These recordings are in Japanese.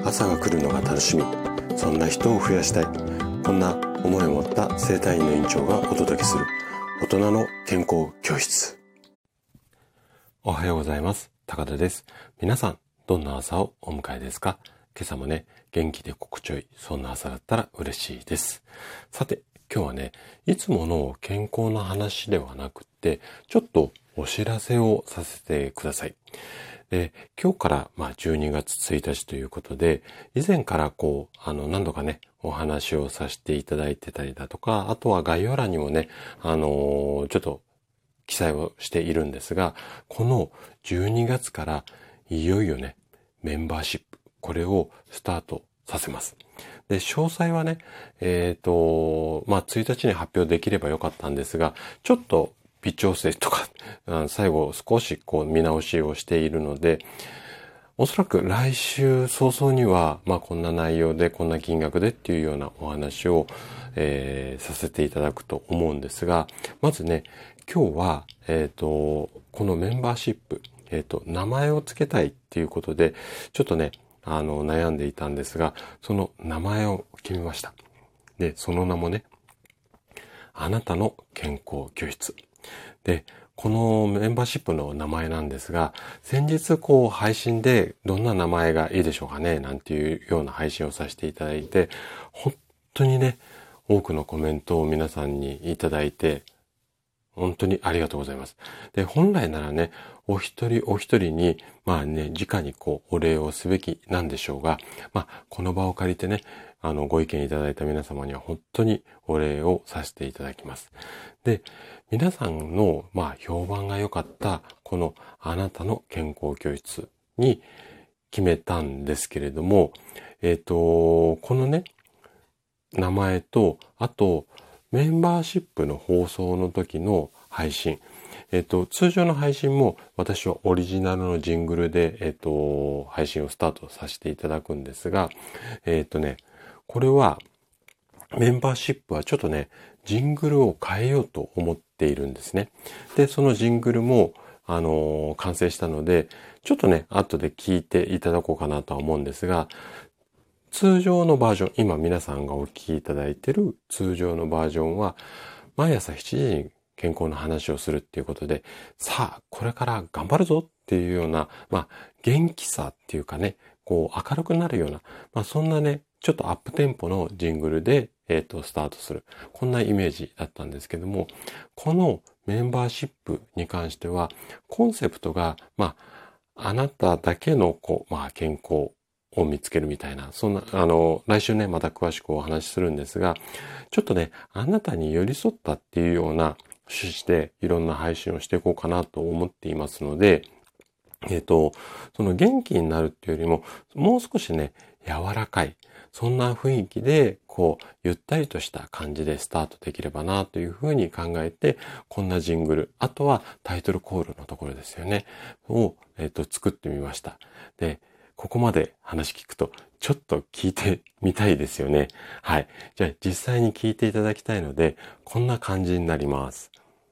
朝が来るのが楽しみ、そんな人を増やしたい、こんな思いを持った整体院の院長がお届けする大人の健康教室。おはようございます。高田です。皆さんどんな朝をお迎えですか？今朝もね、元気で心地よい、そんな朝だったら嬉しいです。さて、今日はね、いつもの健康の話ではなくって、ちょっとお知らせをさせてください。で、今日から12月1日ということで、以前から何度かね、お話をさせていただいてたりだとか、あとは概要欄にもね、ちょっと記載をしているんですが、この12月からいよいよね、メンバーシップ、これをスタートさせます。で、詳細はね、1日に発表できればよかったんですが、ちょっと微調整とか、最後少し見直しをしているので、おそらく来週早々には、こんな内容で、こんな金額でっていうようなお話を、させていただくと思うんですが、まずね、今日は、このメンバーシップ、名前を付けたいっていうことで、ちょっとね、悩んでいたんですが、その名前を決めました。で、その名もね、あなたの健康教室。で、このメンバーシップの名前なんですが、先日配信でどんな名前がいいでしょうかね、なんていうような配信をさせていただいて、本当にね、多くのコメントを皆さんにいただいて、本当にありがとうございます。で、本来ならね、お一人お一人に、直にお礼をすべきなんでしょうが、この場を借りてね、ご意見いただいた皆様には本当にお礼をさせていただきます。で、皆さんの、評判が良かった、このあなたの健康教室に決めたんですけれども、このね、名前と、あと、メンバーシップの放送の時の配信。通常の配信も私はオリジナルのジングルで、配信をスタートさせていただくんですが、これは、メンバーシップはちょっとね、ジングルを変えようと思っているんですね。で、そのジングルも、完成したので、ちょっとね、後で聞いていただこうかなとは思うんですが、通常のバージョン、今皆さんがお聞きいただいている通常のバージョンは、毎朝7時に健康の話をするっていうことで、さあ、これから頑張るぞっていうような、元気さっていうかね、明るくなるような、そんなね、ちょっとアップテンポのジングルで、スタートする。こんなイメージだったんですけども、このメンバーシップに関しては、コンセプトが、あなただけの、健康を見つけるみたいな、そんな、来週ね、また詳しくお話しするんですが、ちょっとね、あなたに寄り添ったっていうような趣旨でいろんな配信をしていこうかなと思っていますので、その元気になるっていうよりも、もう少しね、柔らかい、そんな雰囲気で、ゆったりとした感じでスタートできればなというふうに考えて、こんなジングル、あとはタイトルコールのところですよね、を、作ってみました。で、ここまで話聞くと、ちょっと聞いてみたいですよね。はい。じゃあ実際に聞いていただきたいので、こんな感じになります。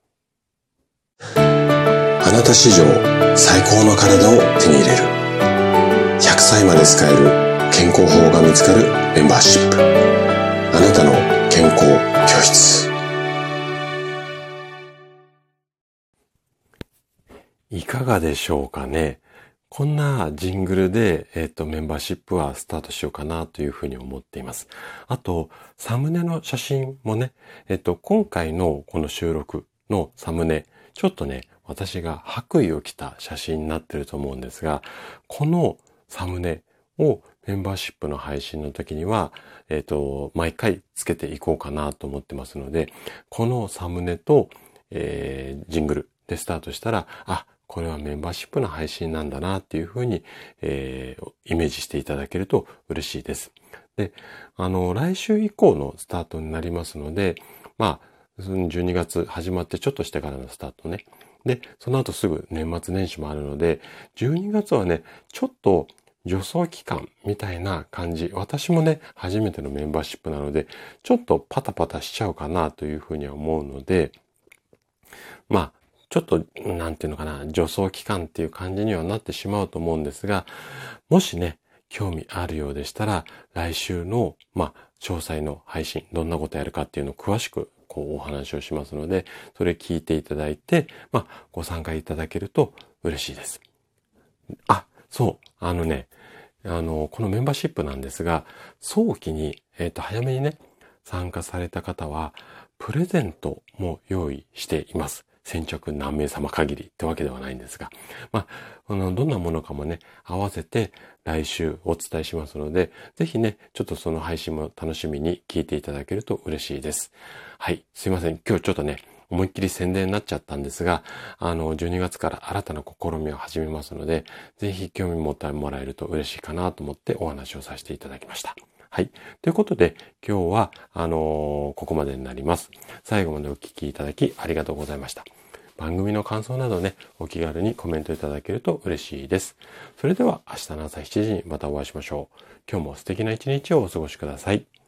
あなた史上最高の体を手に入れる。100歳まで使える健康法が見つかるメンバーシップ。あなたの健康教室。いかがでしょうかね。こんなジングルで、メンバーシップはスタートしようかなというふうに思っています。あと、サムネの写真もね、今回のこの収録のサムネ、ちょっとね、私が白衣を着た写真になってると思うんですが、このサムネをメンバーシップの配信の時には、毎回つけていこうかなと思ってますので、このサムネと、ジングルでスタートしたら、これはメンバーシップの配信なんだなっていうふうに、イメージしていただけると嬉しいです。で、来週以降のスタートになりますので、12月始まってちょっとしてからのスタートね。で、その後すぐ年末年始もあるので、12月はね、ちょっと助走期間みたいな感じ。私もね、初めてのメンバーシップなので、ちょっとパタパタしちゃうかなというふうには思うので、ちょっと、なんていうのかな、助走期間っていう感じにはなってしまうと思うんですが、もしね、 興味あるようでしたら、来週の、詳細の配信、どんなことやるかっていうのを詳しくお話をしますので、それ聞いていただいて、ご参加いただけると嬉しいです。そう、このメンバーシップなんですが、早期に、早めにね、参加された方は、プレゼントも用意しています。先着何名様限りってわけではないんですが、どんなものかもね、合わせて来週お伝えしますので、ぜひね、ちょっとその配信も楽しみに聞いていただけると嬉しいです。はい、すいません。今日ちょっとね、思いっきり宣伝になっちゃったんですが、12月から新たな試みを始めますので、ぜひ興味持ってもらえると嬉しいかなと思ってお話をさせていただきました。はい。ということで、今日は、ここまでになります。最後までお聞きいただきありがとうございました。番組の感想などね、お気軽にコメントいただけると嬉しいです。それでは明日の朝7時にまたお会いしましょう。今日も素敵な一日をお過ごしください。